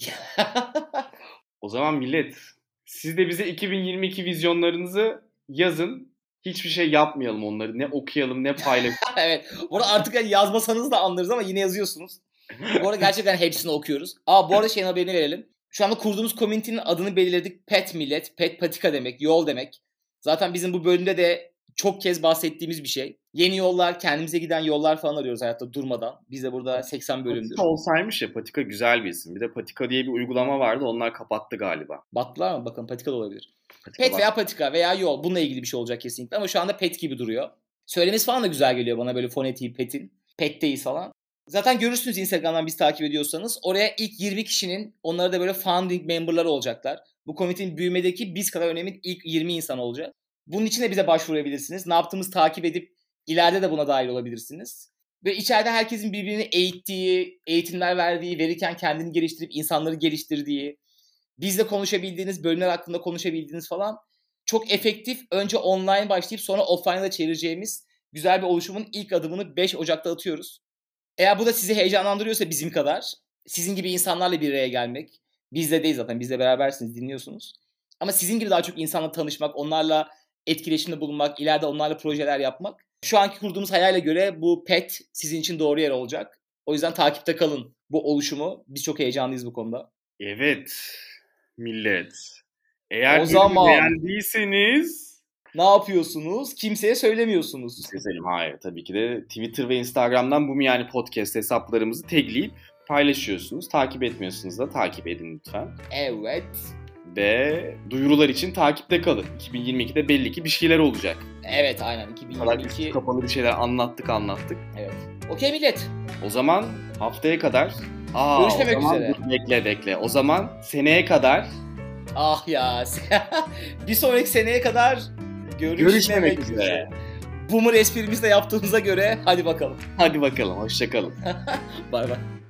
O zaman millet, siz de bize iki bin yirmi iki vizyonlarınızı yazın. Hiçbir şey yapmayalım onları. Ne okuyalım ne paylaşalım. Evet. Bu arada artık yani yazmasanız da anlarız ama yine yazıyorsunuz. Bu arada gerçekten hepsini okuyoruz. Aa bu arada şeyin haberini verelim. Şu anda kurduğumuz community'nin adını belirledik. Pet millet. Pet patika demek. Yol demek. Zaten bizim bu bölümde de çok kez bahsettiğimiz bir şey. Yeni yollar, kendimize giden yollar falan arıyoruz hayatta durmadan. Biz de burada seksen bölümdür. Patika olsaymış ya, Patika güzel bir isim. Bir de Patika diye bir uygulama vardı. Onlar kapattı galiba. Battılar mı? Bakın patika da olabilir. Patika Pet bak- veya patika veya yol. Bununla ilgili bir şey olacak kesinlikle. Ama şu anda pet gibi duruyor. Söylemesi falan da güzel geliyor bana böyle fonetiği petin. Petteyiz falan. Zaten görürsünüz Instagram'dan biz takip ediyorsanız. Oraya ilk yirmi kişinin, onları da böyle founding member'ları olacaklar. Bu komitenin büyümedeki biz kadar önemli ilk yirmi insan olacak. Bunun için de bize başvurabilirsiniz. Ne yaptığımızı takip edip ileride de buna dahil olabilirsiniz. Ve içeride herkesin birbirini eğittiği, eğitimler verdiği, verirken kendini geliştirip insanları geliştirdiği, bizle konuşabildiğiniz, bölümler hakkında konuşabildiğiniz falan çok efektif, önce online başlayıp sonra offline'da çevireceğimiz güzel bir oluşumun ilk adımını beş Ocak'ta atıyoruz. Eğer bu da sizi heyecanlandırıyorsa bizim kadar, sizin gibi insanlarla bir araya gelmek, bizle değil zaten, bizle berabersiniz, dinliyorsunuz. Ama sizin gibi daha çok insanla tanışmak, onlarla etkileşimde bulunmak, ileride onlarla projeler yapmak. Şu anki kurduğumuz hayale göre bu pet sizin için doğru yer olacak. O yüzden takipte kalın bu oluşumu. Biz çok heyecanlıyız bu konuda. Evet millet. Eğer O o zaman- beğendiyseniz... Ne yapıyorsunuz? Kimseye söylemiyorsunuz. Bir şey söyleyeyim. Hayır, tabii ki de Twitter ve Instagram'dan Bu Mu Yani Podcast hesaplarımızı tagleyip paylaşıyorsunuz. Takip etmiyorsunuz da takip edin lütfen. Evet. Ve duyurular için takipte kalın. iki bin yirmi ikide belli ki bir şeyler olacak. Evet aynen. Bu kadar üstü iki bin yirmi iki. kapalı bir şeyler anlattık anlattık. Evet. Okey millet. O zaman haftaya kadar... Aa, Görüşmek o zaman üzere. dur, bekle bekle. O zaman seneye kadar Ah ya. Bir sonraki seneye kadar görüşmemek, görüşmemek üzere. üzere. Boomer esprimizi de yaptığımıza göre hadi bakalım. Hadi bakalım, hoşça kalın. Bay bay.